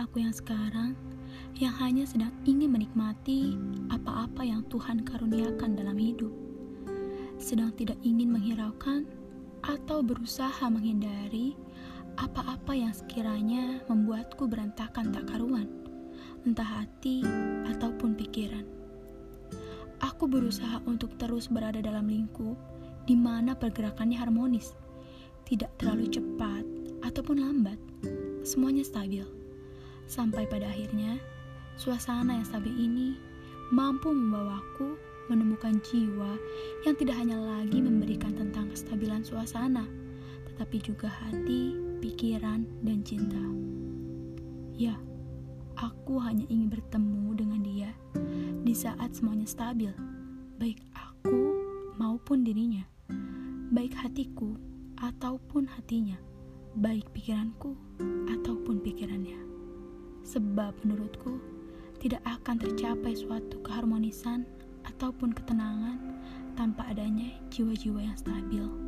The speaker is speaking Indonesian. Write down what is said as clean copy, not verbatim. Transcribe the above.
aku yang sekarang, yang hanya sedang ingin menikmati apa-apa yang Tuhan karuniakan dalam hidup, sedang tidak ingin menghiraukan atau berusaha menghindari apa-apa yang sekiranya membuatku berantakan tak karuan, entah hati ataupun pikiran. Aku berusaha untuk terus berada dalam lingkup di mana pergerakannya harmonis, tidak terlalu cepat ataupun lambat, semuanya stabil. Sampai pada akhirnya, suasana yang stabil ini mampu membawaku menemukan jiwa yang tidak hanya lagi memberikan tentang kestabilan suasana, tetapi juga hati, pikiran, dan cinta. Ya, aku hanya ingin bertemu dengan dia di saat semuanya stabil, baik aku maupun dirinya, baik hatiku ataupun hatinya, baik pikiranku ataupun pikirannya. Sebab menurutku tidak akan tercapai suatu keharmonisan ataupun ketenangan tanpa adanya jiwa-jiwa yang stabil.